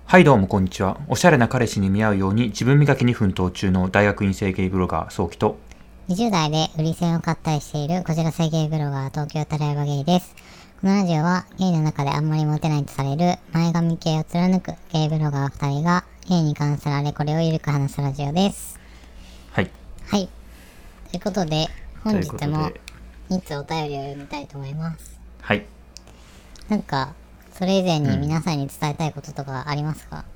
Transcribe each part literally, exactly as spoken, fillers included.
はいどうもこんにちは。おしゃれな彼氏に見合うように自分磨きに奮闘中の大学院生ゲイブロガー早期とにじゅう代で売り線を買ったりしているこちら生ゲイブロガー東京タラヤバゲイです。このラジオはゲイの中であんまりモテないとされる前髪系を貫くゲイブロガーふたりがゲイに関するあれこれをゆるく話すラジオです。 はいはい。ということで本日もというにつお便りを読みたいと思います。 はい。 なんかそれ以前に皆さんに伝えたいこととかありますか？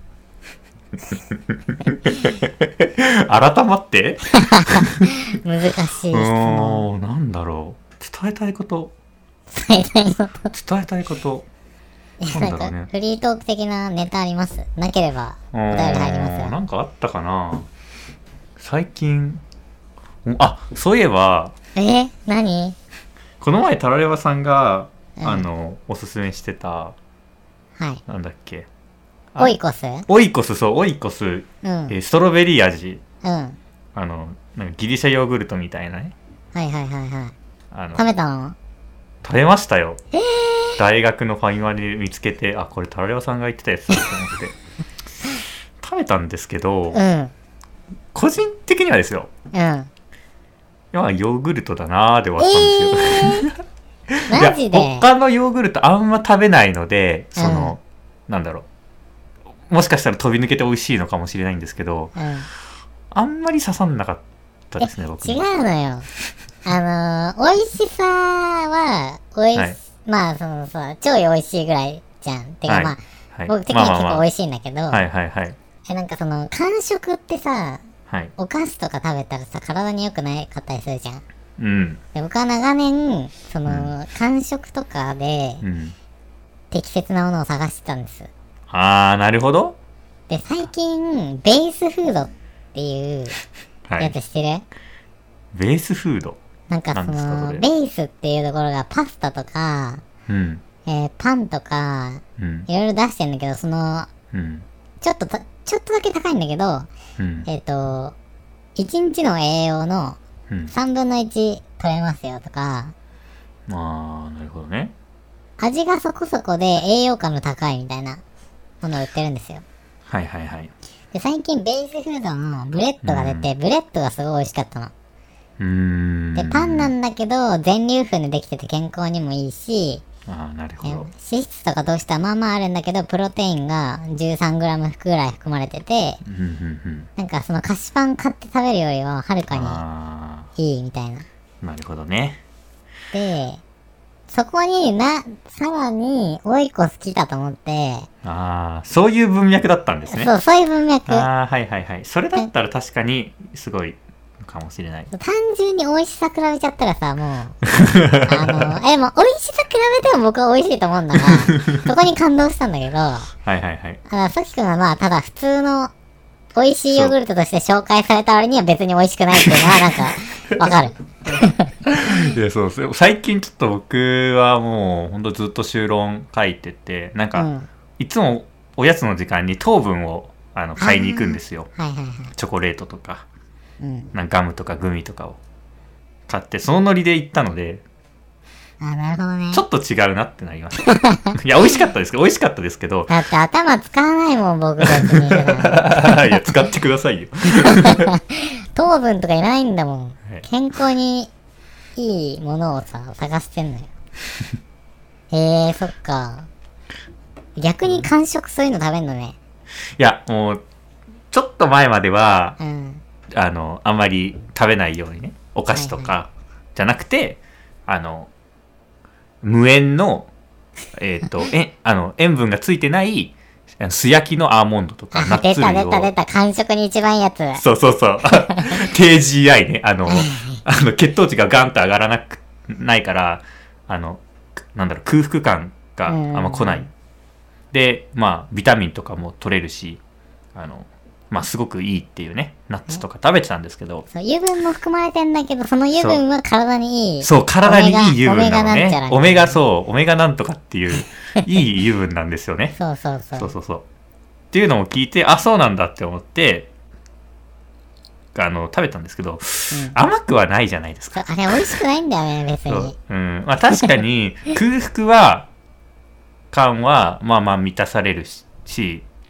改まって難しい質う問。 ーんなんだろう伝えたいこと伝えたいこと伝えたいこといや、 なんだろうね。 なんかフリートーク的なネタあります？なければお便り入りますよ。 なんかあったかな最近。あ、そういえばえ何？ この前タラレバさんが、 うん、 あのおすすめしてたはい、 なんだっけオイコス、 オイコスそうオイコス、うんえー、ストロベリー味、 うん、 あのなんかギリシャヨーグルトみたいなね。 はいはいはいはい。 あの食べたの？ 食べましたよ。 えー、 大学のファミマで見つけて、あこれタラレバさんが言ってたやつだと思って食べたんですけど、 うん、 個人的にはですよ、 うん。 いやヨーグルトだなーで終わったんですよ。 えー、マジで？ いや他のヨーグルトあんま食べないので、その、うん、なんだろう、もしかしたら飛び抜けて美味しいのかもしれないんですけど、 うん、 あんまり刺さんなかったですね僕。 違うのよ。あのー、美味しさはおいし、はい、まあそのさ超美味しいぐらいじゃん。てか、はい、まあ、はい、僕的には結構美味しいんだけど、 はいはいはい。 えなんかその間食ってさ、 はい、 お菓子とか食べたらさ体に良くないかったりするじゃん。 うん、で僕は長年その、うん、間食とかで、うん、適切なものを探してたんです。 あーなるほど。 で最近ベースフードっていうやつ知ってる？はい、 ベースフードなんかそのベースっていうところがパスタとか、うんえー、パンとか、うん、いろいろ出してんだけどその、うん、ちょっとたちょっとだけ高いんだけど、うん、えっ、ー、といちにちの栄養のさんぶんのいち取れますよとか、 うん、あーなるほどね。 味がそこそこで栄養価の高いみたいなものを売ってるんですよ。 はいはいはい。 で最近ベースフードのブレッドが出て、うん、ブレッドがすごい美味しかったの。うーんでパンなんだけど全粒粉でできてて健康にもいいし、 あなるほど。 脂質とか糖質はまあまああるんだけどプロテインが じゅうさんグラム ぐらい含まれてて、うんうんうん、なんかその菓子パン買って食べるよりははるかにいいみたいな。 なるほどね。 でそこになさらにオイコス来たと思って、 ああそういう文脈だったんですね。 そうそういう文脈。 ああはいはいはい。それだったら確かにすごいかもしれない。 単純に美味しさ比べちゃったらさもうあのえもう美味しさ比べても僕は美味しいと思うんだがそこに感動したんだけどはいはいはいあさきくんはまあただ普通の美味しいヨーグルトとして紹介された割には別に美味しくないっていうのはなんかわかるいやそうです。最近ちょっと僕はもうほんとずっと修論書いててなんか、うん、いつもおやつの時間に糖分をあの買いに行くんですよ、はいはいはい、チョコレートとか、うん、なんかガムとかグミとかを買ってそのノリで行ったのであなるほどねちょっと違うなってなりましたいや美味しかったですけど美味しかったですけどだって頭使わないもん僕別にいや使ってくださいよ糖分とかいないんだもん、はい、健康にいいものをさ探してんのよへえそっか逆に間食そういうの食べんのね。 いやもうちょっと前までは、うん、あのあんまり食べないようにねお菓子とか、はいはい、じゃなくてあの無塩のえっ、ー、とえあの塩分がついてない素焼きのアーモンドとかナッツ類を出た出た出た間食に一番いいやつそうそうそう ケージーアイ ねあのあの血糖値がガンと上がらなくないからあのなんだろう空腹感があんま来ないでまあビタミンとかも取れるしあのまあすごくいいっていうねナッツとか食べてたんですけどそう油分も含まれてんだけどその油分は体にいいそう体にいい油分なのねオメガそうオメガなんとかっていういい油分なんですよねそうそうそうそうそうそうっていうのも聞いてあそうなんだって思ってあの食べたんですけど、うん、甘くはないじゃないですか。 あれ美味しくないんだよね別に。 うん、まあ確かに空腹は感はまあまあ満たされるし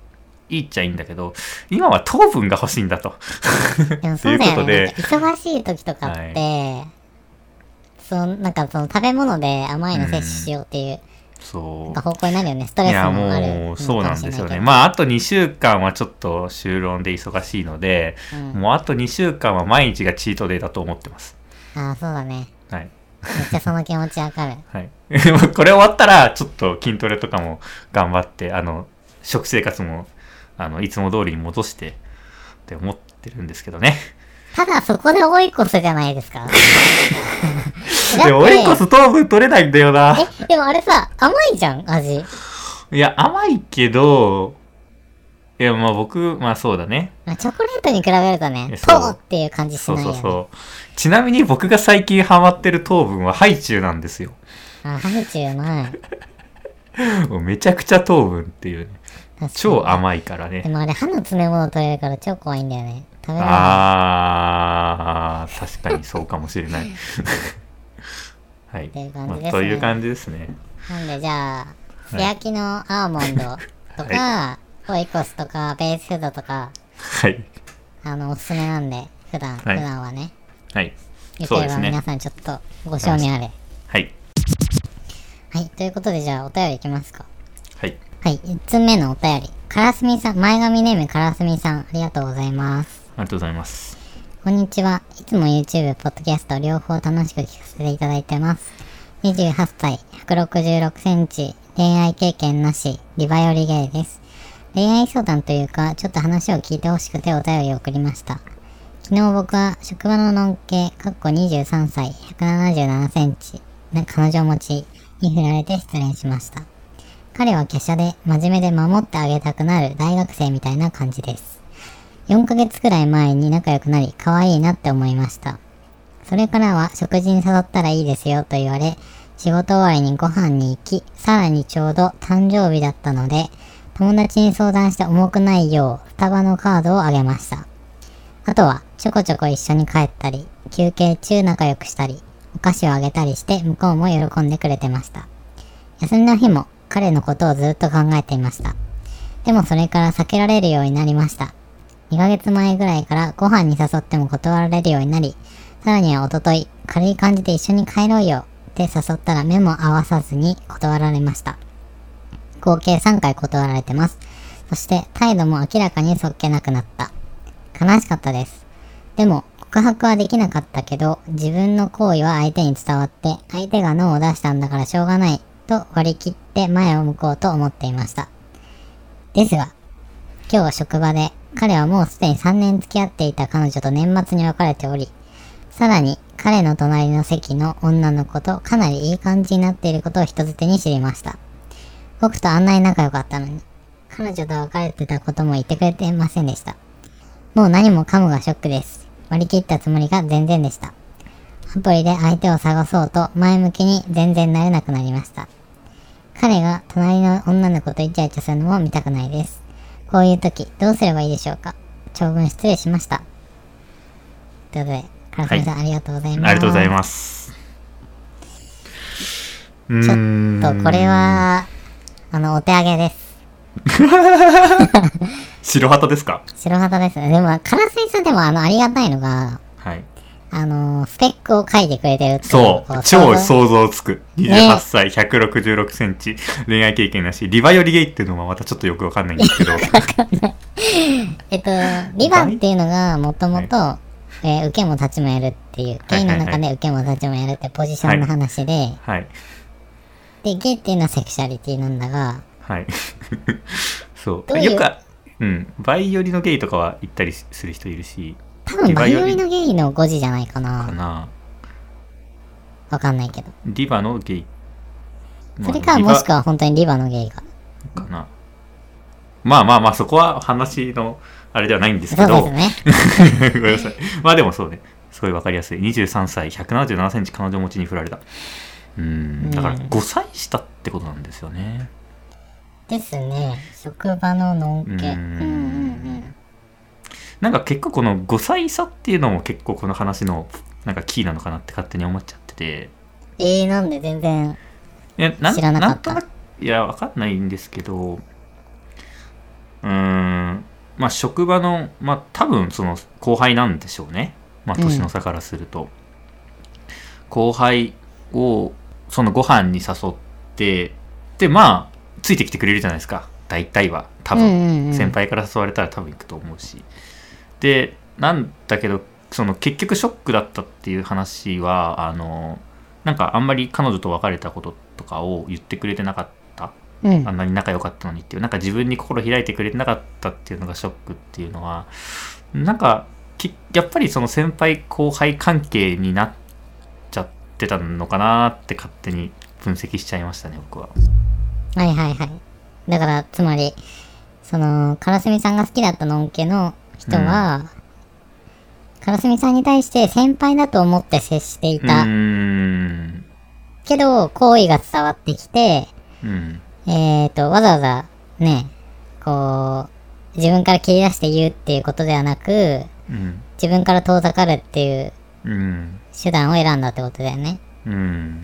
いいっちゃいいんだけど、今は糖分が欲しいんだと。 でもそうだよね。忙しい時とかって、はい、そのなんかその食べ物で甘いの摂取しようっていう、うん、 そう方向になるよね。ストレスもある。いやもうそうなんですよね。まああとにしゅうかんはちょっと就論で忙しいので、うん、もうあとにしゅうかんは毎日がチートデイだと思ってます。 ああそうだね。 はい。 めっちゃその気持ちわかる。 はい。これ終わったらちょっと筋トレとかも頑張って、あの食生活もあのいつも通りに戻してって思ってるんですけどね。 ただそこでオイコスじゃないですか。 でもオイコス糖分取れないんだよな。 え、でもあれさ、甘いじゃん、味。 いや、甘いけど、いや、まあ僕、まあそうだね。 チョコレートに比べるとね、糖っていう感じしないよね。 そうそうそう。ちなみに僕が最近ハマってる糖分はハイチュウなんですよ。 あ、ハイチュウない。 もうめちゃくちゃ糖分っていうね。超甘いからね。 でもあれ歯の詰め物取れるから超怖いんだよね。食べられない。 あー、確かにそうかもしれない。はい。 っていう感じですね。 まあ、という感じですね。 なんでじゃあ、素焼きのアーモンドとか、はい、オイコスとか、ベースフードとか、 はい。 あの、おすすめなんで、普段、はい、普段はね。 はい。 言ってれば皆さんちょっとご賞味あれ。 はい。 はい。ということでじゃあお便りいきますか。 はい。 はい。いつつめのお便り。からすみさん、前髪ネームからすみさん、ありがとうございます。 ありがとうございます。 こんにちは。いつも YouTube、ポッドキャスト両方楽しく聞かせていただいてます。にじゅうはっさい、ひゃくろくじゅうろくセンチ、恋愛経験なし、リバよりゲイです。恋愛相談というか、ちょっと話を聞いてほしくてお便りを送りました。昨日僕は職場ののんけ、かっこにじゅうさんさい、ひゃくななじゅうななセンチ、彼女持ちに振られて失恋しました。彼は華奢で真面目で守ってあげたくなる大学生みたいな感じです。よんかげつくらい前に仲良くなり可愛いなって思いました。それからは食事に誘ったらいいですよと言われ、仕事終わりにご飯に行き、さらにちょうど誕生日だったので、友達に相談して重くないよう双葉のカードをあげました。あとはちょこちょこ一緒に帰ったり、休憩中仲良くしたり、お菓子をあげたりして向こうも喜んでくれてました。休みの日も彼のことをずっと考えていました。でもそれから避けられるようになりました。にかげつまえぐらいからご飯に誘っても断られるようになり、さらにはおととい、軽い感じで一緒に帰ろうよって誘ったら目も合わさずに断られました。合計さんかい断られてます。そして態度も明らかにそっけなくなった。悲しかったです。でも告白はできなかったけど、自分の行為は相手に伝わって、相手がノーを出したんだからしょうがないと割り切って前を向こうと思っていました。ですが、今日は職場で、彼はもうすでにさんねん付き合っていた彼女と年末に別れており、さらに彼の隣の席の女の子とかなりいい感じになっていることを人づてに知りました。僕とあんなに仲良かったのに、彼女と別れてたことも言ってくれていませんでした。もう何もかもがショックです。割り切ったつもりが全然でした。アプリで相手を探そうと前向きに全然なれなくなりました。彼が隣の女の子とイチャイチャするのも見たくないです。こういう時どうすればいいでしょうか。長文失礼しました。ということで、からすみさん、はい、ありがとうございます。 ありがとうございます。 ちょっとこれはあのお手上げです。 白旗ですか？ 白旗です。でもからすみさんでもあのありがたいのが、 はい、 あのスペックを書いてくれてるっていう。 そう超想像つく。にじゅうはっさい、ね、ひゃくろくじゅうろくセンチ、恋愛経験なし、リバよりゲイっていうのはまたちょっとよくわかんないんですけど。 えっとリバっていうのがもともと受けも立ちもやるっていう、ゲイの中で受けも立ちもやるってポジションの話で、はいはい、でゲイっていうのはセクシャリティなんだが、はい。 そううよくうん、バイ寄りのゲイとかは行ったりする人いるし、 多分バイ寄りのゲイのごじじゃないかな。 かな。 わかんないけど。 リバのゲイ。 それかもしくは本当にリバのゲイか。 かな。まあまあまあそこは話のあれではないんですけど。 そうですね。 ごめんなさい。まあでもそうね。すごいわかりやすい。にじゅうさんさい、ひゃくななじゅうななセンチ彼女持ちに振られた。うん。だからごさい下ってことなんですよね。 ですね。職場ののんけ。うんうんうん。 なんか結構このごさい差っていうのも結構この話のなんかキーなのかなって勝手に思っちゃってて。 えー、なんで全然知らなかった。 いや、わかんないんですけど、 うーんまあ職場のまあ多分その後輩なんでしょうね。まあ年の差からすると、うん、後輩をそのご飯に誘ってでまあついてきてくれるじゃないですか大体は多分、うんうんうん、先輩から誘われたら多分行くと思うしでなんだけどその結局ショックだったっていう話はあのなんかあんまり彼女と別れたこととかを言ってくれてなかった、うん、あんなに仲良かったのにっていうなんか自分に心開いてくれてなかったっていうのがショックっていうのはなんかやっぱりその先輩後輩関係になっちゃってたのかなって勝手に分析しちゃいましたね僕は。 はいはいはい。だからつまりそのからすみさんが好きだったのんけの人は、うん、からすみさんに対して先輩だと思って接していた。うーんけど好意が伝わってきて、うん、えっとわざわざねこう自分から切り出して言うっていうことではなく、うん、自分から遠ざかるっていう手段を選んだってことだよね。うん、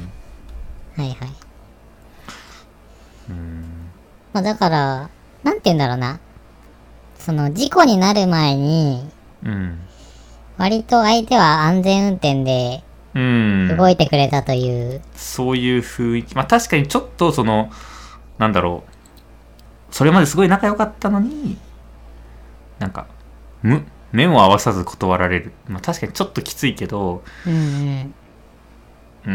はいはい。うん、まあだからなんて言うんだろうなその事故になる前に、うん、割と相手は安全運転で動いてくれたという、うん、 そういう雰囲気まあ確かにちょっとそのなんだろうそれまですごい仲良かったのになんかむ目も合わさず断られるまあ確かにちょっときついけどうん、うん、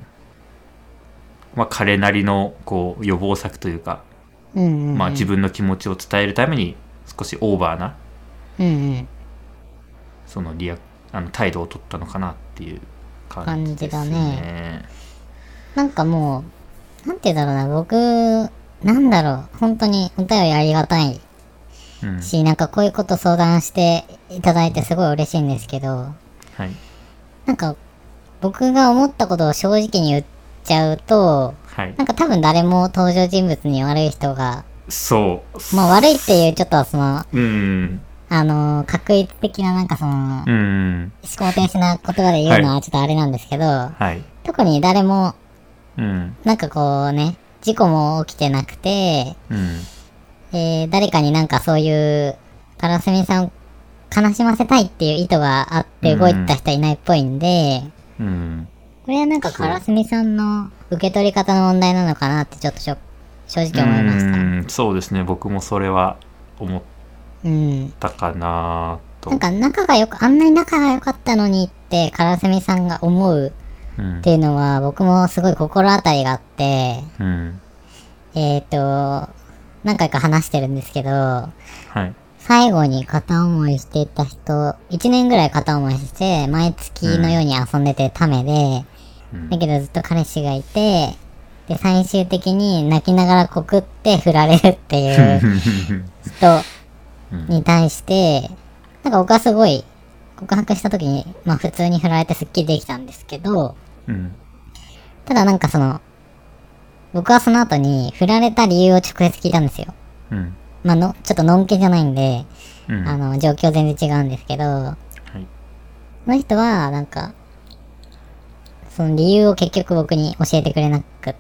まあ彼なりのこう予防策というか、うんうんうん、まあ自分の気持ちを伝えるために少しオーバーな、うんうん、そのリアあの態度を取ったのかなっていう感じですね。感じだね。 なんかもうなんて言うんだろうな僕なんだろう本当にお便りありがたいし、うん、なんかこういうこと相談していただいてすごい嬉しいんですけど、はい、なんか僕が思ったことを正直に言っちゃうと、はい、なんか多分誰も登場人物に悪い人がそうまあ悪いっていうちょっとその、うん、あの確一的ななんかその、うん、思考停止な言葉で言うのはちょっとあれなんですけど、はい、特に誰も、うん、なんかこうね事故も起きてなくて、うんえー、誰かになんかそういうからすみさんを悲しませたいっていう意図があって動いた人いないっぽいんで、うんうん、これはなんかからすみさんの受け取り方の問題なのかなってちょっとしょ正直思いました。 うんそうですね僕もそれは思ったかなと、 うん、なんか仲がよくあんなに仲が良かったのにってからすみさんが思うっていうのは、うん、僕もすごい心当たりがあって、うん、えっと何回か話してるんですけど、はい、最後に片思いしていた人いちねんぐらい片思いして毎月のように遊んでてためで、うん、だけどずっと彼氏がいてで最終的に泣きながら告って振られるっていう人に対してなんか僕はすごい告白した時にまあ普通に振られてスッキリできたんですけど、うん、ただなんかその僕はその後に振られた理由を直接聞いたんですよ。うん、まあのちょっとのんけじゃないんで、うん、あの状況全然違うんですけど、はい、その人はなんかその理由を結局僕に教えてくれなくって、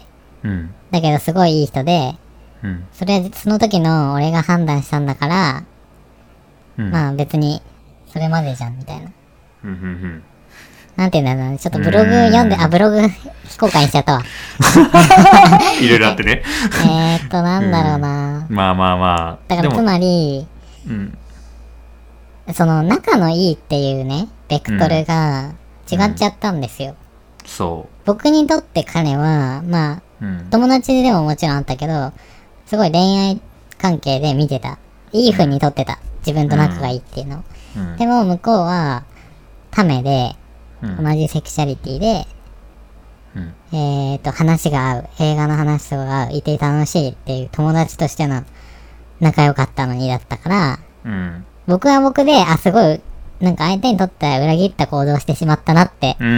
うん、だけどすごいいい人で、うん、それはその時の俺が判断したんだから、うん、まあ別にそれまでじゃんみたいな。うんうんうんなんていうんだろうな、ちょっとブログ読んで、あ、ブログ非公開しちゃったわ。 いろいろあってね。 えーっと、なんだろうな、 うん。まあまあまあ。 だからつまり、うん、その仲のいいっていうね、ベクトルが違っちゃったんですよ。うんうん、そう。僕にとって彼は、まあ、うん、友達でももちろんあったけど、すごい恋愛関係で見てた。いい風にとってた。自分と仲がいいっていうの。うん、でも向こうは、ためで、同じセクシャリティで、うん、えっと話が合う映画の話とかが合ういて楽しいっていう友達としての仲良かったのにだったから、うん、僕は僕であすごいなんか相手にとっては裏切った行動をしてしまったなって、うん、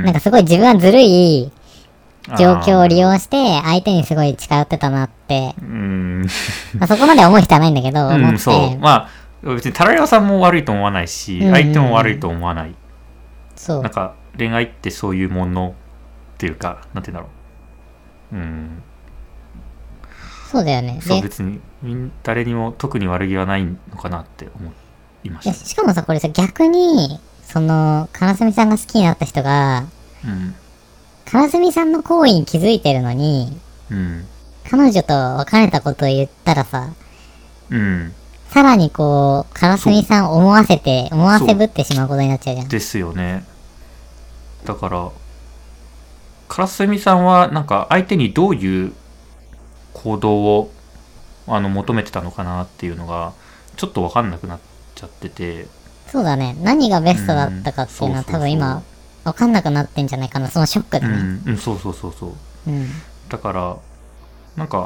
なんかすごい自分はずるい状況を利用して相手にすごい近寄ってたなって、うんまあ、そこまで思う人はないんだけど、思って、うん、 そうまあ別にタラヤさんも悪いと思わないし、相手も悪いと思わない。そうなんか恋愛ってそういうものっていうかなんて言うんだろううんそうだよね。 そう、別に誰にも特に悪気はないのかなって思いました。 しかもさ、これさ、逆にそのからすみさんが好きになった人が、うん、からすみさんの行為に気づいてるのに、うん、彼女と別れたことを言ったらさ、うん、さらにこうからすみさんを思わせて思わせぶってしまうことになっちゃうじゃん。 ですよね。だからからすみさんはなんか相手にどういう行動をあの求めてたのかなっていうのがちょっと分かんなくなっちゃってて。 そうだね、何がベストだったかっていうのは、うん、多分今分かんなくなってんじゃないかな、そのショックでね。 うん、うん、そうそうそうそう、うん、だからなんか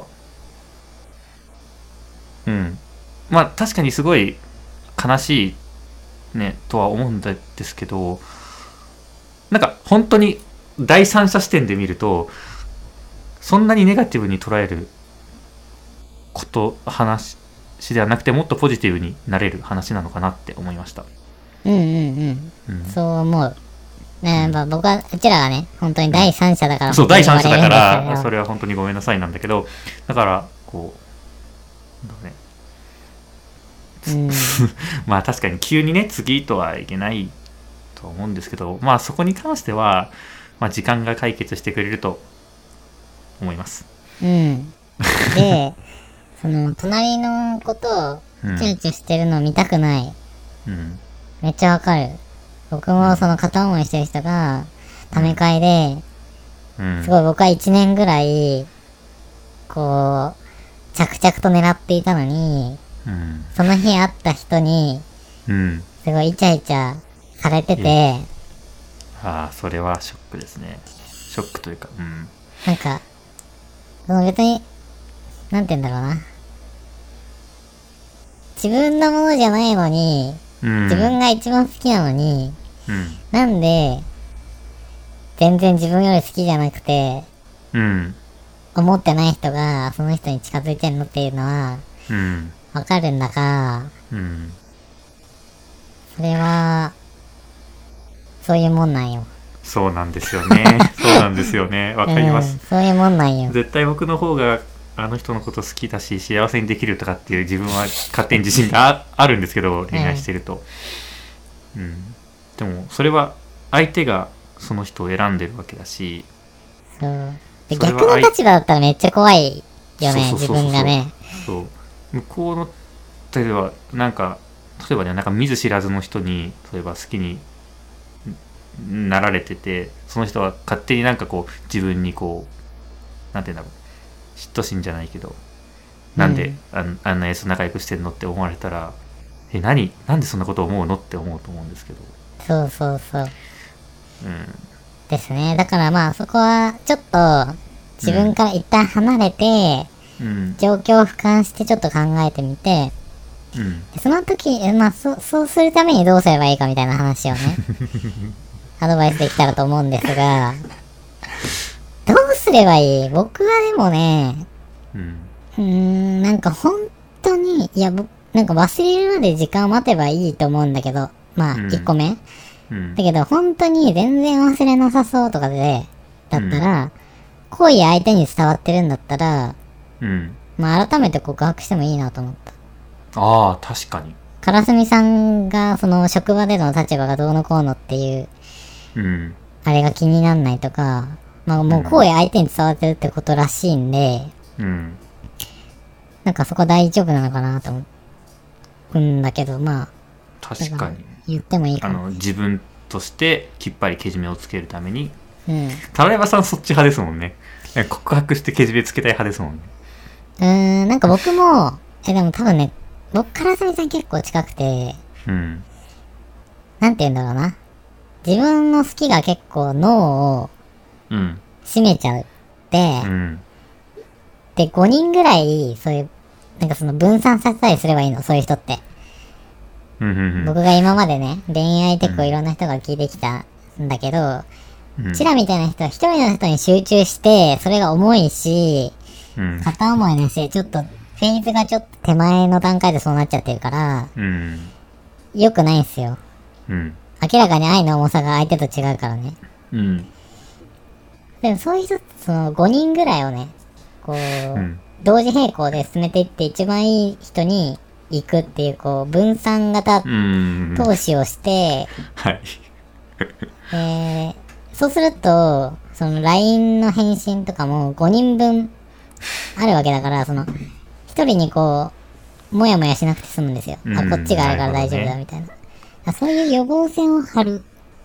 うんまあ確かにすごい悲しいねとは思うんですけど、なんか本当に第三者視点で見るとそんなにネガティブに捉えること話ではなくて、もっとポジティブになれる話なのかなって思いました。 うんうんうん、うん、そう思うね。まあ、僕はうちらがね本当に第三者だから、 そう第三者だからそれは本当にごめんなさいなんだけど、だからこうなんだろうね、うん、まあ確かに急にね次とはいけないと思うんですけど、まあそこに関しては、まあ、時間が解決してくれると思います。 うん。でその隣のことをチューチューしてるのを見たくない、うん、めっちゃわかる。僕もその片思いしてる人がため会で、うん、すごい僕はいちねんぐらいこう着々と狙っていたのに、うん、その日会った人にすごいイチャイチャされてて、 うん、ああそれはショックですね。ショックというか、うん、 なんかその別になんて言うんだろうな、自分のものじゃないのに、うん、自分が一番好きなのに、うん、なんで全然自分より好きじゃなくて、うん、思ってない人がその人に近づいてんのっていうのは、うん、わかるんだが、うん、それはそういうもんなんよ。 そうなんですよねそうなんですよね、わかります、うん、 そういうもんなんよ。 絶対僕の方があの人のこと好きだし幸せにできるとかっていう自分は勝手に自信が あ, あるんですけど、恋愛してると、うんうん、でもそれは相手がその人を選んでるわけだし、 そうで逆の立場だったらめっちゃ怖いよね、自分がね。 そう向こうの例えばなんか例えばねなんか見ず知らずの人に例えば好きになられてて、その人は勝手になんかこう自分にこうなんていうんだろう、嫉妬心じゃないけど、なんで、うん、あ, あんなやつ仲良くしてんのって思われたら、え何なんでそんなこと思うのって思うと思うんですけど。 そうそうそう、うん、ですね。だからまあそこはちょっと自分から一旦離れて、うん、状況を俯瞰してちょっと考えてみて、うん、その時まあ そ, そうするためにどうすればいいかみたいな話をねアドバイスできたらと思うんですが、どうすればいい？僕はでもね、うん、うーんなんか本当にいやなんか忘れるまで時間を待てばいいと思うんだけど、まあいっこめ、うん、だけど本当に全然忘れなさそうとかでだったら、うん、恋相手に伝わってるんだったら、うん、まあ改めて告白してもいいなと思った。 ああ確かに。 からすみさんがその職場での立場がどうのこうのっていう、うん、あれが気になんないとか、まあもう声相手に伝わってるってことらしいんで、うん、なんかそこ大丈夫なのかなと思うんだけど、まあ確かに言ってもいいかな。 あの自分としてきっぱりけじめをつけるために、うん、タラヤバさんそっち派ですもんね。告白してけじめつけたい派ですもんね。 うーんなんか僕もえでも多分ね僕からすみさん結構近くて、うん、なんて言うんだろうな、自分の好きが結構脳を占めちゃうって、うん、でごにんぐらいそういうなんかその分散させたりすればいいの、そういう人って、うんうんうん、僕が今までね恋愛結構いろんな人が聞いてきたんだけど、うん、チラみたいな人は一人の人に集中してそれが重いし、うん、片思いのしちょっとフェーズがちょっと手前の段階でそうなっちゃってるから、うん、良くないんすよ、うん、明らかに愛の重さが相手と違うからね、うん、でもそういう人そのごにんぐらいをねこう、うん、 同時並行で進めていって一番いい人に行くっていう、こう、分散型投資をして、 はい。 えー、そうすると、その ライン の返信とかもごにんぶんあるわけだから、その、ひとりにこう、もやもやしなくて済むんですよ。あ、こっちがあるから大丈夫だみたいな。なそういう予防線を張る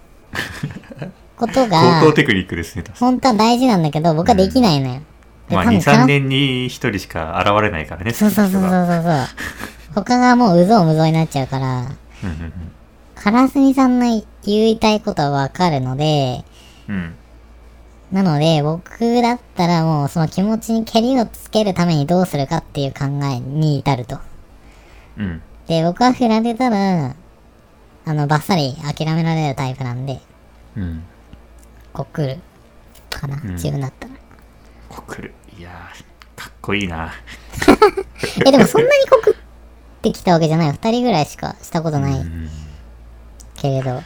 ことが、 高等テクニックですね。 本当は大事なんだけど、僕はできないのよ。 うん、まあ、に、さんねんにひとりしか現れないからね。 そうそうそうそうそう。他がもううぞうむぞうになっちゃうから、カラスミさんの言いたいことはわかるので、 うん、 なので僕だったらもうその気持ちにけりをつけるためにどうするかっていう考えに至ると。 うん、 で、僕は振られたら、あの、バッサリ諦められるタイプなんで、 うん、 告るかな、うん、自分だったら。 告る。いやー、かっこいいな。 え、でもそんなに告ってきたわけじゃないよ。二人ぐらいしかしたことない。けれど。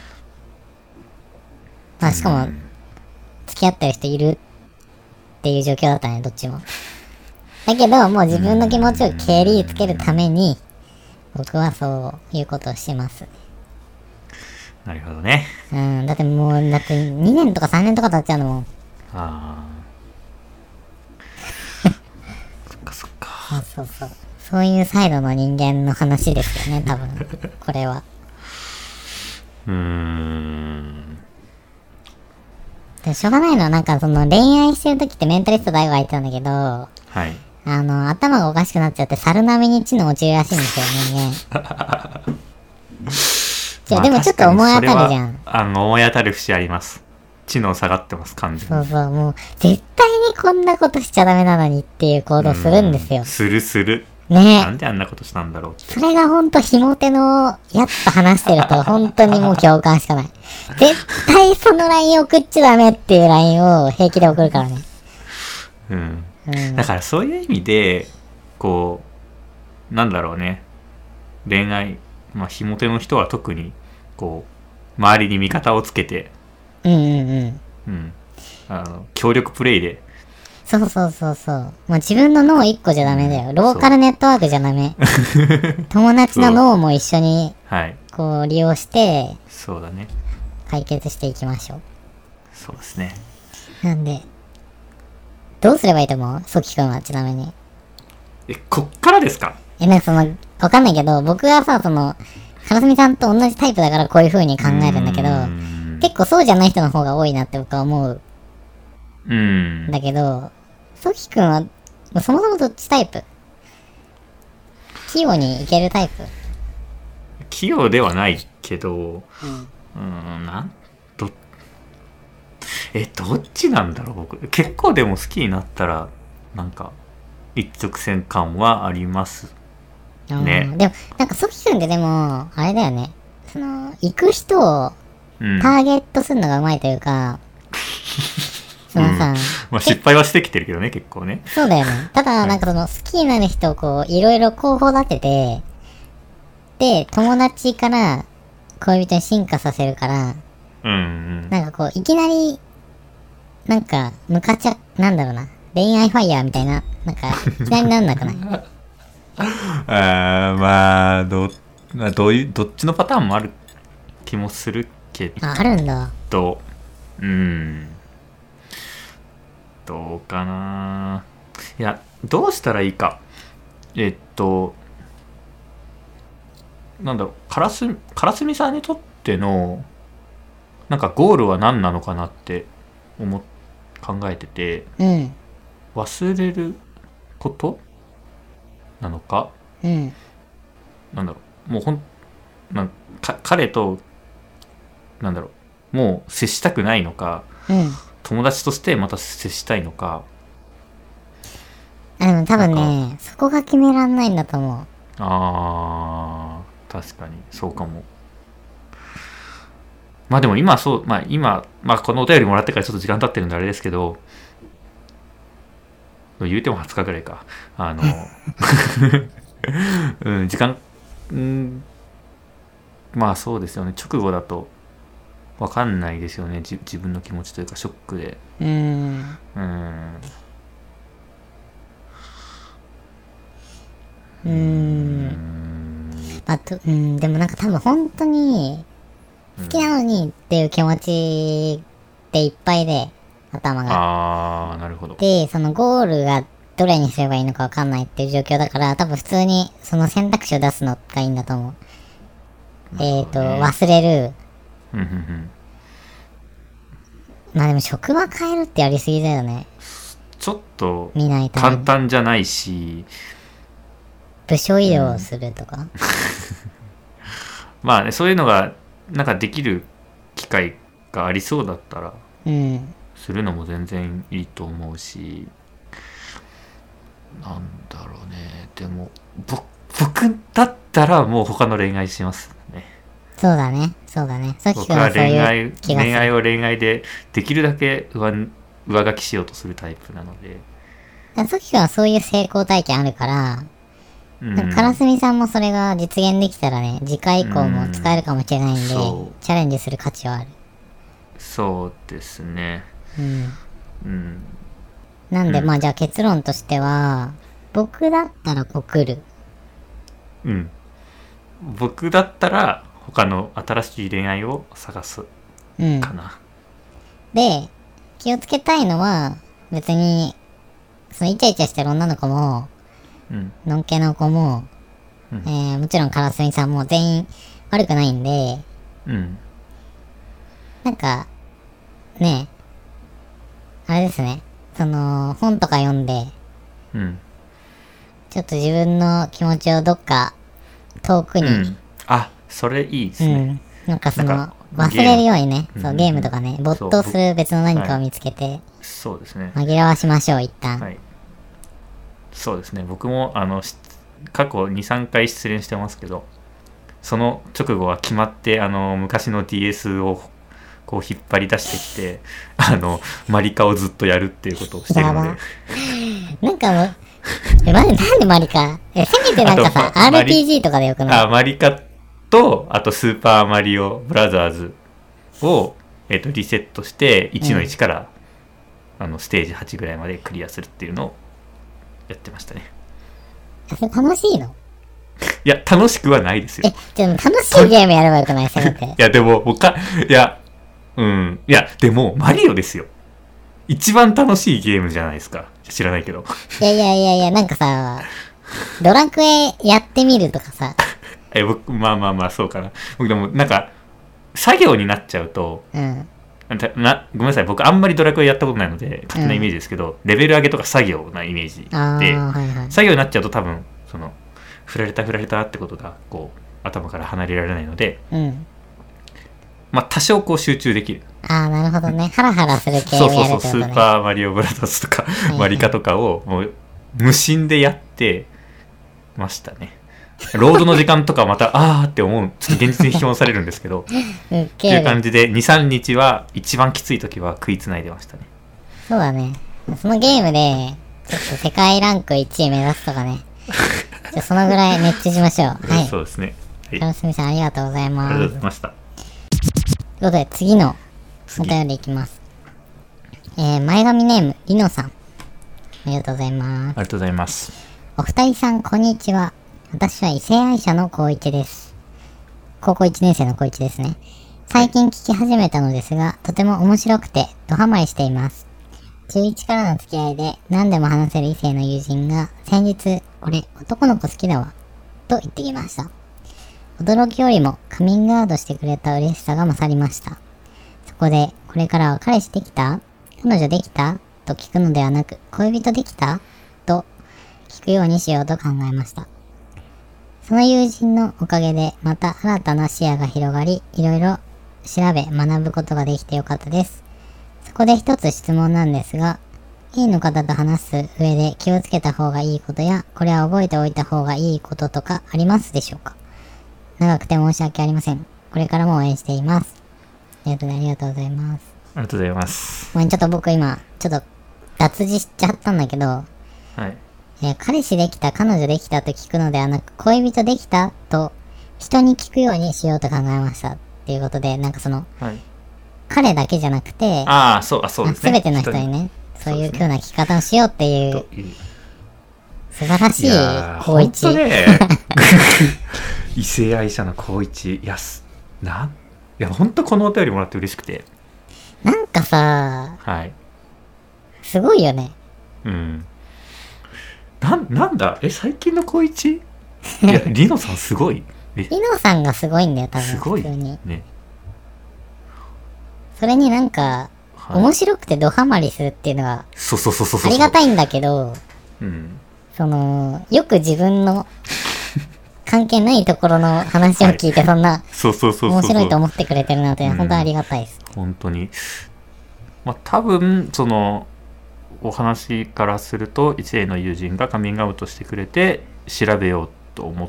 まあ、しかも、付き合ってる人いるっていう状況だったね、どっちも。だけど、もう自分の気持ちをけりつけるために、僕はそういうことをします。 なるほどね。 うん、だってもう、だってにねんとかさんねんとか経っちゃうのもん。 ああ。そっかそっか。 そうそうそう。そういうサイドの人間の話ですよね、多分。これは。 うーん。 でしょうがないのは、なんかその恋愛してる時ってメンタリスト大悟が言ってたんだけど、 はい。 あの、頭がおかしくなっちゃって猿並みに知能落ちるらしいんですよ、人間。じゃあ、でもちょっと思い当たるじゃん。 あの、思い当たる節あります。知能下がってます、完全に。そうそう、もう、絶対にこんなことしちゃダメなのにっていう行動するんですよ。 するする。 ねえ。 なんであんなことしたんだろうって。 それがほんとひも手のやつと話してると、本当にもう共感しかない。絶対その ライン 送っちゃダメっていう ライン を平気で送るからね。 うん。うん、だからそういう意味で、こう、なんだろうね。恋愛、まあ、ひも手の人は特に、こう、周りに味方をつけて、 うんうんうん。 うん。あの、協力プレイで、 そうそうそうそう。もう自分の脳一個じゃダメだよ。ローカルネットワークじゃダメ。友達の脳も一緒に、こう利用して、 そうだね。 解決していきましょう。 そうですね。 なんで、どうすればいいと思う？ソキ君はちなみに。 え、こっからですか？ え、なんかその、わかんないけど、僕はさ、その、からすみさんと同じタイプだからこういう風に考えるんだけど、結構そうじゃない人の方が多いなって僕は思う。 うん。 だけど、ソキ君は、そもそもどっちタイプ？器用にいけるタイプ？ 器用ではないけど、うん、うんなんど、え、どっちなんだろう僕。結構でも好きになったら、なんか、一直線感はありますね。 でも、なんかソキ君ってでも、あれだよね。その、行く人をターゲットするのがうまいというか、そのさ、うん、 まあ失敗はしてきてるけどね、結構ね。 そうだよね。ただ、なんかその、好きになる人をこう、いろいろ候補立てて、で、友達から恋人に進化させるから、 うんうん、 なんかこう、いきなり、なんか、ムカチャ、なんだろうな、恋愛ファイヤーみたいな、なんか、いきなりなんなくないあまあ、ど、まあ、どういう、どっちのパターンもある気もするけど。 あ、あるんだ。 と、うん。どうかな。いや、どうしたらいいか。えっと、なんだろう、カラス、カラスミさんにとっての、なんかゴールは何なのかなって思っ、考えてて、 うん、 忘れることなのか、 うん、 なんだろう、もうほん、なんか彼と、なんだろう、もう接したくないのか、 うん、 友達としてまた接したいのか。 あ、でも多分ね、そこが決めらんないんだと思う。 あー、確かにそうかも。まあでも今そう、まあ今、まあこのお便りもらってからちょっと時間経ってるんであれですけど、言うてもはつかぐらいか。あの、うん、時間、うん、まあそうですよね。直後だと分かんないですよね。じ自分の気持ちというかショックで。 うん。 うん。 うーんあとうんでもなんか多分本当に好きなのにっていう気持ちでいっぱいで頭が、 ああなるほど。 でそのゴールがどれにすればいいのか分かんないっていう状況だから、多分普通にその選択肢を出すのがいいんだと思う。えっ、ー、と忘れる。 うんうんうん。 まあでも職場変えるってやりすぎだよね。 ちょっと簡単じゃないし、 部署移動するとか、うん、 まあね、そういうのがなんかできる機会がありそうだったら、うん、するのも全然いいと思うし、なんだろうね。でも僕だったらもう他の恋愛しますね。 そうだねそうだね。 僕は恋愛恋愛を恋愛でできるだけ上上書きしようとするタイプなので。 さきくんはそういう成功体験あるから、うん、からすみさんもそれが実現できたらね、次回以降も使えるかもしれないんで、うん、チャレンジする価値はある。 そうですね。うん。 うん、なんで、うん、まあじゃあ結論としては、僕だったら告る。 うん。僕だったら他の新しい恋愛を探すかな。 うん、で、気をつけたいのは、別に、そのイチャイチャしてる女の子も、うん、のんけの子も、うん、えー、もちろんカラスミさんも全員悪くないんで、うん、なんかねえあれですね、その本とか読んで、うん、ちょっと自分の気持ちをどっか遠くに、うん、 あそれいいですね、 うん、なんかその忘れるようにね、そうゲームとかね、没頭する別の何かを見つけて、はい、 そうですね、 紛らわしましょう一旦。 はい、そうですね。僕もあの過去 に,さん 回失恋してますけど、その直後は決まってあの昔の ディーエス をこう引っ張り出してきて、あのマリカをずっとやるっていうことをしてるので。 なんかもうえなんでマリカ？えせめてなんかさ アールピージー とかでよくない？ あマリカとあとスーパーマリオブラザーズを、えー、とリセットしていちのいちから、うん、あのステージはちぐらいまでクリアするっていうのをやってましたね。 それ楽しいの？ いや楽しくはないですよ。 えでも楽しいゲームやればよくない？せめて。 いやでも他いやうんいやでもマリオですよ。一番楽しいゲームじゃないですか。知らないけど。 いやいやいやいやなんかさドラクエやってみるとかさ。 え僕まあまあまあそうかな。僕でもなんか作業になっちゃうと。うん。なごめんなさい僕あんまりドラクエやったことないので勝手なイメージですけど、うん、レベル上げとか作業なイメージで、はいはい、作業になっちゃうと多分その振られた振られたってことがこう頭から離れられないので、うん、まあ多少こう集中できる。 ああなるほどね。ハラハラする系をやるってことね。そうそうそうスーパーマリオブラザーズとかマリカとかをもう無心でやってましたね。ロードの時間とかまたあーって思うちょっと現実に引き戻されるんですけどっていう感じで に,さん 日は一番きつい時は食いつないでましたね。 そうだね。そのゲームでちょっと世界ランクいちい目指すとかねじゃそのぐらい熱中しましょう。はい、 そうですね。 はい、カラスミさんありがとうございます。 ありがとうございました。 ということで次のお便りいきます。えー、前髪ネームリノさんありがとうございます。 ありがとうございます。 お二人さんこんにちは。私は異性愛者の高一です。高校いちねん生の高一ですね。最近聞き始めたのですが、とても面白くてドハマりしています。中いちからの付き合いで何でも話せる異性の友人が先日、俺男の子好きだわと言ってきました。驚きよりもカミングアウトしてくれた嬉しさが勝りました。そこで、これからは彼氏できた？彼女できた？と聞くのではなく、恋人できた？と聞くようにしようと考えました。その友人のおかげでまた新たな視野が広がり、いろいろ調べ学ぶことができてよかったです。そこで一つ質問なんですが、ゲイの方と話す上で気をつけた方がいいことや、これは覚えておいた方がいいこととかありますでしょうか？長くて申し訳ありません。これからも応援しています。ということでありがとうございます。 ありがとうございます。 ごめん、ちょっと僕今、ちょっと脱字しちゃったんだけど、はい。えー、彼氏できた、彼女できたと聞くのではなく、恋人できたと人に聞くようにしようと考えましたっていうことで、なんかその、はい、彼だけじゃなくて、 ああ、そう、あ、そうですね。 すべての人にね、そういう風な聞き方をしようっていう、 素晴らしい高一。 ね、異性愛者の高一。いや、なんいや本当このお便りもらって嬉しくて。 なんかさ、 はい。 すごいよね。 うん。な、なんだえ、最近の高一？いや、リノさんすごい。 リノさんがすごいんだよ、多分。 すごい。 普通に。 ね。 それになんか、はい、面白くてドハマりするっていうのは、 そうそうそうそうそう。 ありがたいんだけど、 うん。 その、よく自分の関係ないところの話を聞いて、そんな、 そうそうそうそう。 面白いと思ってくれてるなんて、本当にありがたいです。 本当に。まあ、多分、その、お話からすると、異性の友人がカミングアウトしてくれて、調べようと思って、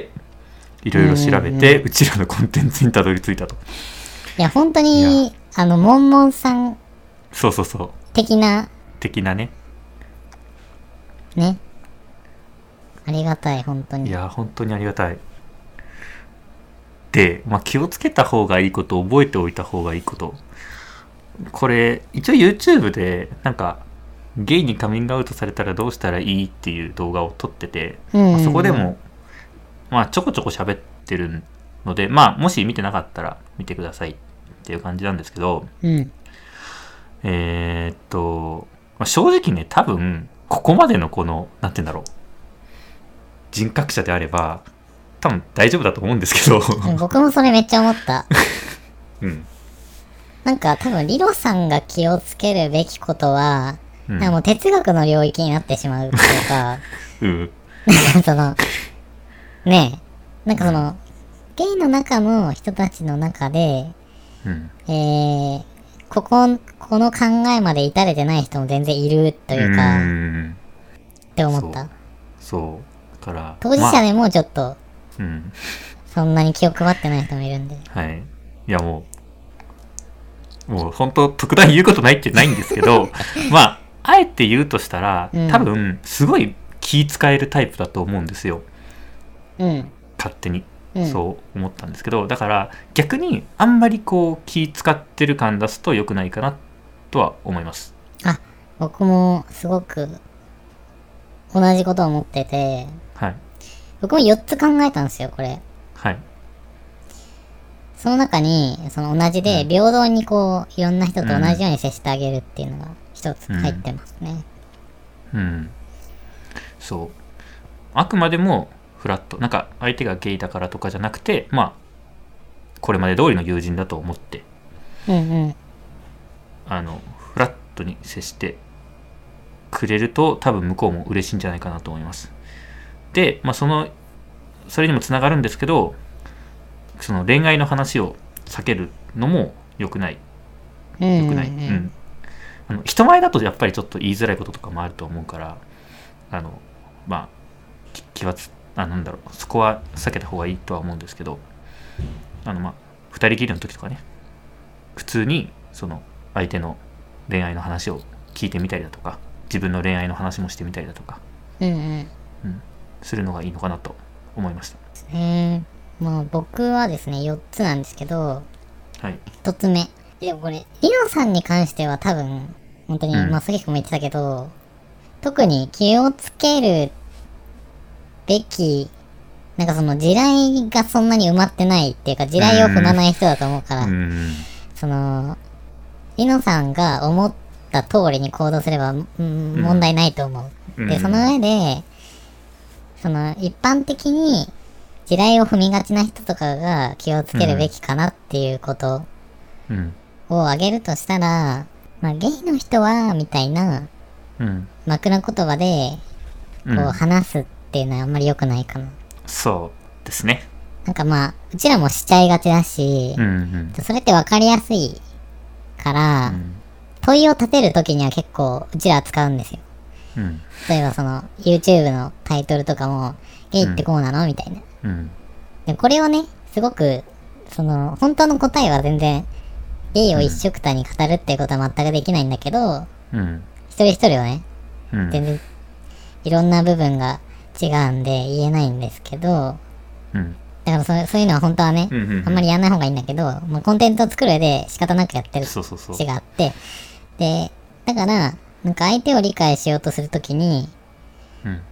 いろいろ調べて、うんうん、うちらのコンテンツにたどり着いたと。 いや、本当に、あの、モンモンさん、 そうそうそう。 的な。 的なね。 ね。ありがたい、本当に。 いや、本当にありがたい。で、まあ、気をつけた方がいいこと、覚えておいた方がいいこと。これ、一応 YouTube で、なんか、ゲイにカミングアウトされたらどうしたらいいっていう動画を撮ってて、うんうんうん、まあ、そこでも、まあ、ちょこちょこ喋ってるので、まあ、もし見てなかったら見てくださいっていう感じなんですけど、 うん、 えー、っと、まあ、正直ね、多分、ここまでのこの、なんて言うんだろう、人格者であれば、多分大丈夫だと思うんですけど。 僕もそれめっちゃ思った。 うん。なんか多分、リロさんが気をつけるべきことは、うん、なんかもう哲学の領域になってしまうっていうか、 うん。 なんかその、ねえ、なんかその、ゲイの中の人たちの中で、うん、えー、ここ、この考えまで至れてない人も全然いるというか、うんって思った。 そう。そうから。 当事者でもちょっと、まあ、 うん。 そんなに気を配ってない人もいるんで。 はい。いやもう、もう本当特段言うことないってないんですけど、まあ、あえて言うとしたら、うん、多分、すごい気使えるタイプだと思うんですよ。 うん。 勝手に。そう思ったんですけど、うん、だから逆にあんまりこう気使ってる感出すと良くないかなとは思います。 あ、僕もすごく同じことを思ってて、 はい、 僕もよっつ考えたんですよこれ。 はい。 その中にその同じで平等にこういろんな人と同じように接してあげるっていうのが一つ入ってますね。 うん、うん、そう。あくまでもフラット、なんか相手がゲイだからとかじゃなくて、まあこれまで通りの友人だと思って、 うんうん、 あのフラットに接してくれると多分向こうも嬉しいんじゃないかなと思います。で、まあそのそれにもつながるんですけど、その恋愛の話を避けるのも良くない、 うんうんうん、 良くない、うん、あの人前だとやっぱりちょっと言いづらいこととかもあると思うから、あのまあ気はつあなんだろうそこは避けた方がいいとは思うんですけど、あのまあふたりきりの時とかね、普通にその相手の恋愛の話を聞いてみたりだとか、自分の恋愛の話もしてみたりだとか、 うんうんうん、するのがいいのかなと思いました。 へー、まあ僕はですねよっつなんですけど、 はい、 ひとつめでもこれリノさんに関しては多分本当に、うん、まあさっきも言ってたけど、特に気をつけるべきなんかその地雷がそんなに埋まってないっていうか、地雷を踏まない人だと思うから、そのリノさんが思った通りに行動すれば、うん、問題ないと思う。でその上でその一般的に地雷を踏みがちな人とかが気をつけるべきかなっていうことを挙げるとしたら、まあ、ゲイの人はみたいな枕言葉でこう話すっていうのはあんまり良くないかな。 そうですね。 なんかまあうちらもしちゃいがちだし、 うんうん、 それって分かりやすいから、うん、問いを立てるときには結構うちら使うんですよ。 うん、 例えばその YouTube のタイトルとかもゲイってこうなの、うん、みたいな、 うん、 でこれをねすごくその本当の答えは全然ゲイを一緒くたに語るっていうことは全くできないんだけど、 うん、 一人一人はね、 うん、 全然いろんな部分が違うんで言えないんですけど、 うん、 だから そ, そういうのは本当はね、 うんうんうん、 あんまりやんない方がいいんだけど、まあ、コンテンツを作る上で仕方なくやってる節があって、でだからなんか相手を理解しようとするときに、 うん、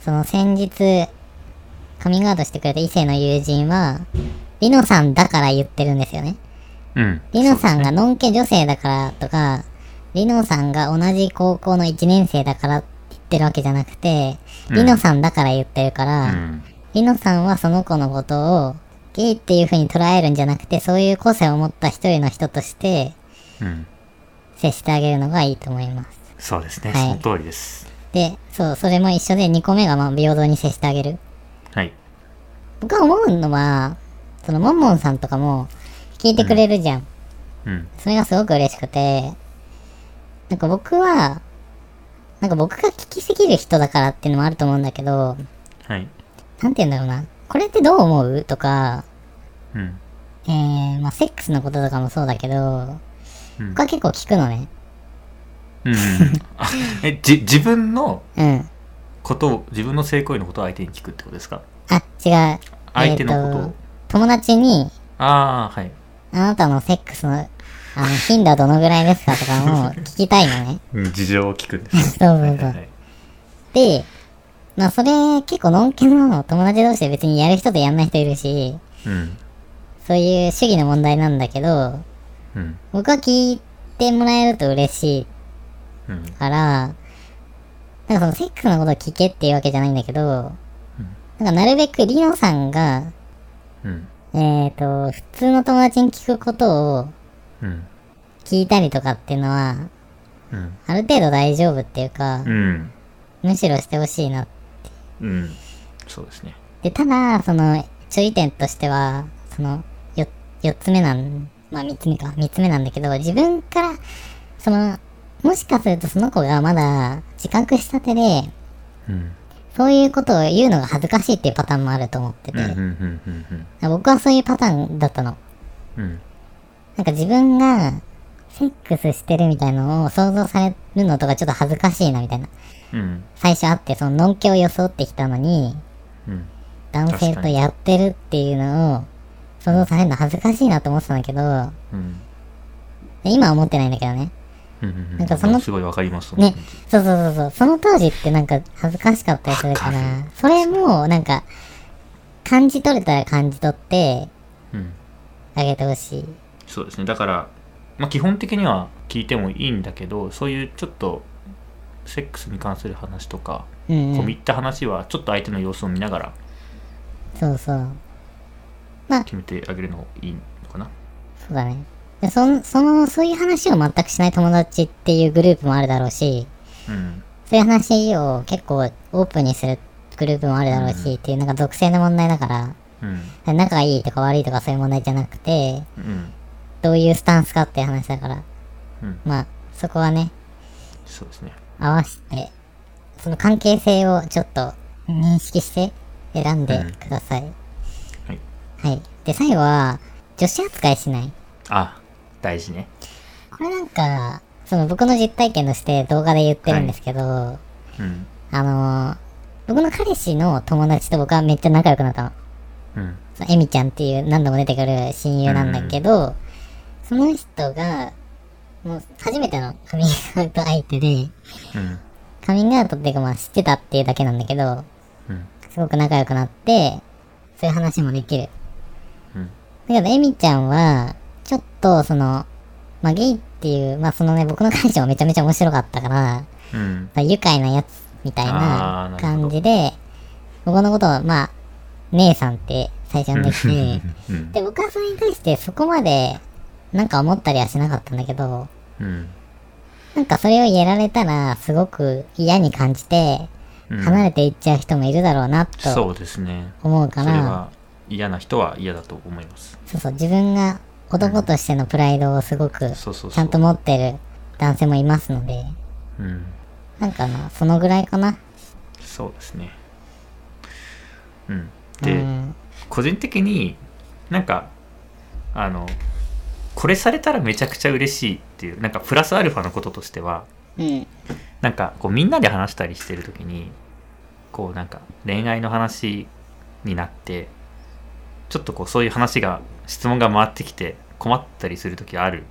その先日カミングアウトしてくれた異性の友人はリノさんだから言ってるんですよね。 うん、 リノさんがのんけ女性だからとか、リノさんが同じ高校のいちねん生だからって言ってるわけじゃなくて、うん、リノさんだから言ってるから、うん、リノさんはその子のことをゲイっていう風に捉えるんじゃなくて、そういう個性を持った一人の人として接してあげるのがいいと思います。 そうですね、はい、その通りです。 で、そう、それも一緒でにこめがまあ平等に接してあげる。 はい。 僕は思うのは、そのモンモンさんとかも聞いてくれるじゃん。うん。うん、それがすごく嬉しくて、なんか僕は、なんか僕が聞きすぎる人だからっていうのもあると思うんだけど、 はい。 なんて言うんだろうな。これってどう思うとか、 うん。 えー、まあセックスのこととかもそうだけど、うん、僕は結構聞くのね。 うん。え、じ、自分のことを、自分の性行為のことを相手に聞くってことですか？ あ、違う。 相手のことを、えー、 友達に、 ああ、はい。 あなたのセックスの、あの、頻度はどのぐらいですかとかも聞きたいのね。 うん、事情を聞くんです。 そうそうそう。はいはいはい、で、まあそれ結構のんけの友達同士で別にやる人とやんない人いるし、うん、そういう主義の問題なんだけど、うん、僕は聞いてもらえると嬉しいから、うん、なんかそのセックスのことを聞けっていうわけじゃないんだけど、うん、なんかなるべくリノさんが、うん、えっと、普通の友達に聞くことを聞いたりとかっていうのは、うん、ある程度大丈夫っていうか、うん、むしろしてほしいなって。 うん、そうですね。 で、ただ、その、注意点としては、その、よ、四つ目なん、まあ三つ目か、三つ目なんだけど、自分から、その、もしかするとその子がまだ自覚したてで、うん、そういうことを言うのが恥ずかしいっていうパターンもあると思ってて、僕はそういうパターンだったの。うん、なんか自分がセックスしてるみたいのを想像されるのとかちょっと恥ずかしいなみたいな。うん、最初あって、そののんけを装ってきたのに、うん、男性とやってるっていうのを想像されるの恥ずかしいなと思ってたんだけど、うん、今は思ってないんだけどね。 なんかそのすごいわかりますね。そうそうそうそう。その当時ってなんか恥ずかしかったりするから、それもなんか感じ取れたら感じ取ってあげてほしい、うん。 そうですね。だからまあ基本的には聞いてもいいんだけど、そういうちょっとセックスに関する話とか、うんうん、込み入った話はちょっと相手の様子を見ながら、 そうそう。 まあ決めてあげるのがいいのかな。 そうだね。でそそのそういう話を全くしない友達っていうグループもあるだろうし、うん、そういう話を結構オープンにするグループもあるだろうし、うん、っていうなんか属性の問題だから、うん、仲がいいとか悪いとかそういう問題じゃなくて、うん、どういうスタンスかっていう話だから、うん、まあそこはね、 そうですね、 合わせてその関係性をちょっと認識して選んでください、うん、はい、はい、で最後は女子扱いしない。 あ、大事ね。 これなんかその僕の実体験として動画で言ってるんですけど、はい、うん、あのー、僕の彼氏の友達と僕はめっちゃ仲良くなったの。うん、エミちゃんっていう何度も出てくる親友なんだけど、うん、その人がもう初めてのカミングアウト相手で、うん、カミングアウトっていうかまあ知ってたっていうだけなんだけど、うん、すごく仲良くなってそういう話もできる。うん、だけどエミちゃんはちょっとそのまあゲイっていうまあそのね僕の彼氏はめちゃめちゃ面白かったから、うん、まあ、愉快なやつみたいな感じで僕のことをまあ姉さんって最初にできて、うん、で僕はそれに対してそこまでなんか思ったりはしなかったんだけど、うん、なんかそれをやられたらすごく嫌に感じて離れていっちゃう人もいるだろうなと思うから、 そうですね、それは嫌な人は嫌だと思います。 そうそう、自分が男としてのプライドをすごくちゃんと持ってる男性もいますので、うん、なんかな、そのぐらいかな。 そうですね。うん。で、うん、個人的になんかあのこれされたらめちゃくちゃ嬉しいっていうなんかプラスアルファのこととしては、うん、なんかこうみんなで話したりしてる時にこうなんか恋愛の話になってちょっとこうそういう話が質問が回ってきて困ったりする時あるん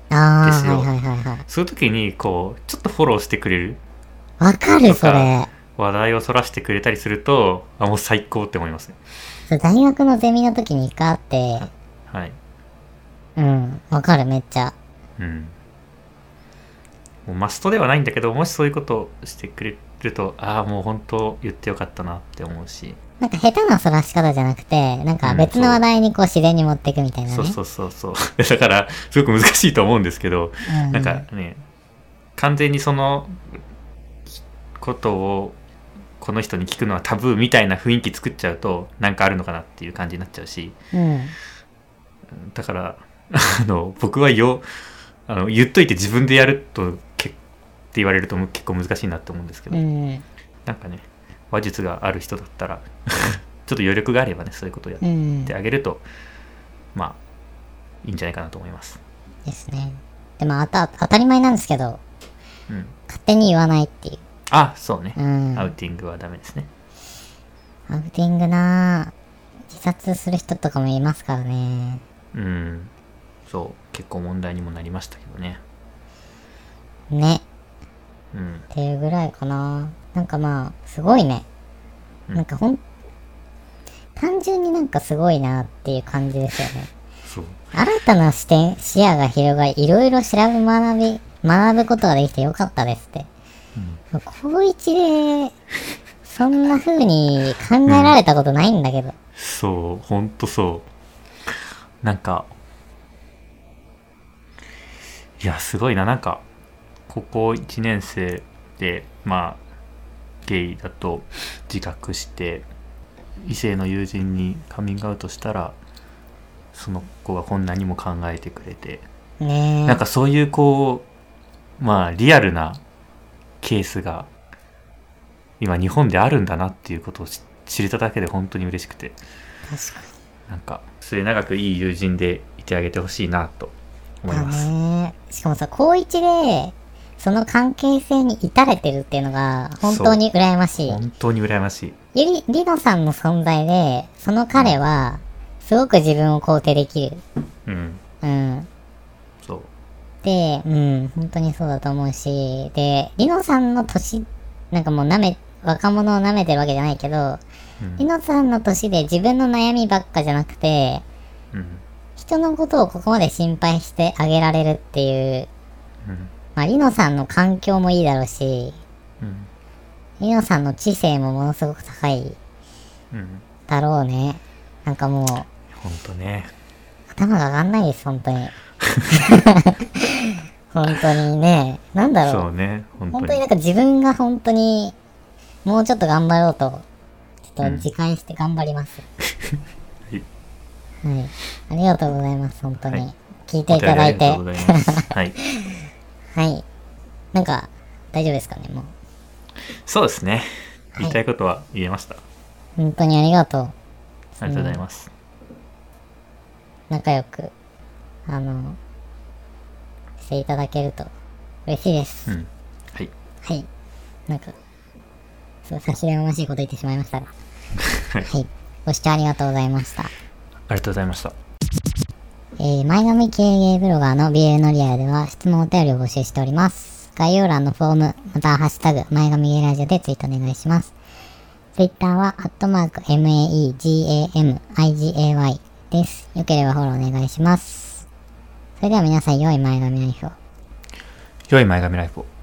ですよ。 はいはいはいはい、 そういう時にこうちょっとフォローしてくれる。 わかるそれ。 話題をそらしてくれたりすると、あ、もう最高って思いますね。 大学のゼミの時に一回あって、 はい。 うん、わかる、めっちゃ。 うん。もうマストではないんだけど、もしそういうことをしてくれると、ああ、もう本当言ってよかったなって思うし。 なんか下手なそらし方じゃなくて、なんか別の話題にこう自然に持っていくみたいなね。 そうそうそうそう。だから、すごく難しいと思うんですけど、うんうん、なんかね、完全にそのことをこの人に聞くのはタブーみたいな雰囲気作っちゃうと、なんかあるのかなっていう感じになっちゃうし。うん、だから、あの、僕はよ、あの、言っといて自分でやると、けって言われると結構難しいなって思うんですけど、うん、なんかね、話術がある人だったらちょっと余力があればね、そういうことをやってあげると、うん、まあいいんじゃないかなと思いますですね。でもあた当たり前なんですけど、うん、勝手に言わないっていう。 あ、そうね、うん、アウティングはダメですね。 アウティングな、自殺する人とかもいますからね。 うん、そう結構問題にもなりましたけどね。 ね、 うん、 っていうぐらいかな。なんかまあすごいね、うん、なんかほん単純になんかすごいなっていう感じですよね。 そう、 新たな視点、視野が広がり、いろいろ調べ学び学ぶことができてよかったですって、うん、高一でそんな風に考えられたことないんだけど、うん、 そうほんとそう、なんかいやすごいな。なんか高校いちねん生でまあゲイだと自覚して異性の友人にカミングアウトしたら、その子がこんなにも考えてくれて、 ね、 なんかそういうこうまあリアルなケースが今日本であるんだなっていうことを知れただけで本当に嬉しくて、 確かになんか末永くいい友人でいてあげてほしいなと思います。 ね、しかもさ、高一でその関係性に至れてるっていうのが本当に羨ましい。 本当に羨ましい。 ゆり、りのさんの存在で、その彼はすごく自分を肯定できる。 うん。 うん。 そう。 で、うん、本当にそうだと思うし、で、りのさんの年、なんかもうなめ、若者を舐めてるわけじゃないけど、りの、うん、さんの年で自分の悩みばっかじゃなくて、うん、人のことをここまで心配してあげられるっていう、うん、まあ、りのさんの環境もいいだろうし、うん、りのさんの知性もものすごく高いだろうね。なんかもう、 ほんとね、 頭が上がんないです、本当に。本当にね、なんだろう。 そうね、本当に。 本当になんか自分が本当に、もうちょっと頑張ろうと、ちょっと自戒して頑張ります。うん、はい。はい。ありがとうございます、本当に。はい、聞いていただいて。ありがとうございます。はい。はい。なんか、大丈夫ですかね、もう。 そうですね。言いたいことは言えました。はい、 本当にありがとう。 ありがとうございます。 仲良く、あの、していただけると嬉しいです。 うん。はい。 はい。なんか、すごい差し出がましいこと言ってしまいましたが。はい。ご視聴ありがとうございました。ありがとうございました。 えー、前髪経営ブロガーの ビーエル のリアルでは質問お便りを募集しております。概要欄のフォーム、またはハッシュタグ、前髪ゲイラジオでツイートお願いします。ツイッターは、アットマーク、メガミ です。よければフォローお願いします。それでは皆さん、良い前髪ライフを。 良い前髪ライフを。